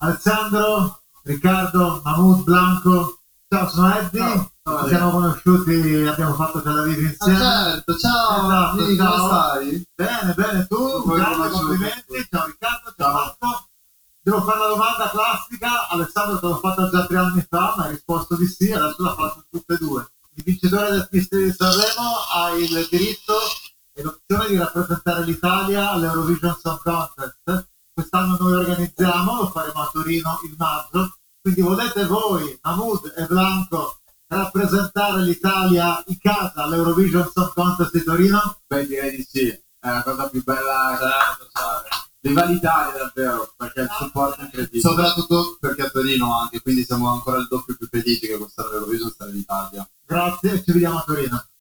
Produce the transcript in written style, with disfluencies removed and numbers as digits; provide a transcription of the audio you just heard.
Alessandro, Riccardo, Mahmood, Blanco. Ciao, sono Eddie. Ci siamo conosciuti, abbiamo fatto Tel Aviv insieme. Certo, ciao, Esatto, Nini, come ciao. stai? Bene, bene, tu, grandi complimenti. Ciao Riccardo, ciao Marco. Devo fare la domanda classica. Alessandro te l'ho fatta già 3 anni fa, ma hai risposto di sì, adesso la faccio tutte e due. Il vincitore del Festival di Sanremo ha il diritto e l'opzione di rappresentare l'Italia all'Eurovision Song Contest. Quest'anno noi organizziamo, lo faremo a Torino in maggio, quindi volete voi, Mahmood e Blanco, rappresentare l'Italia in casa all'Eurovision Song Contest di Torino? Beh, direi di sì, è la cosa più bella viva l'Italia davvero, perché il supporto è incredibile. Soprattutto perché a Torino anche, quindi siamo ancora il doppio più felici che quest'anno l'Eurovision sta in Italia. Grazie e ci vediamo a Torino.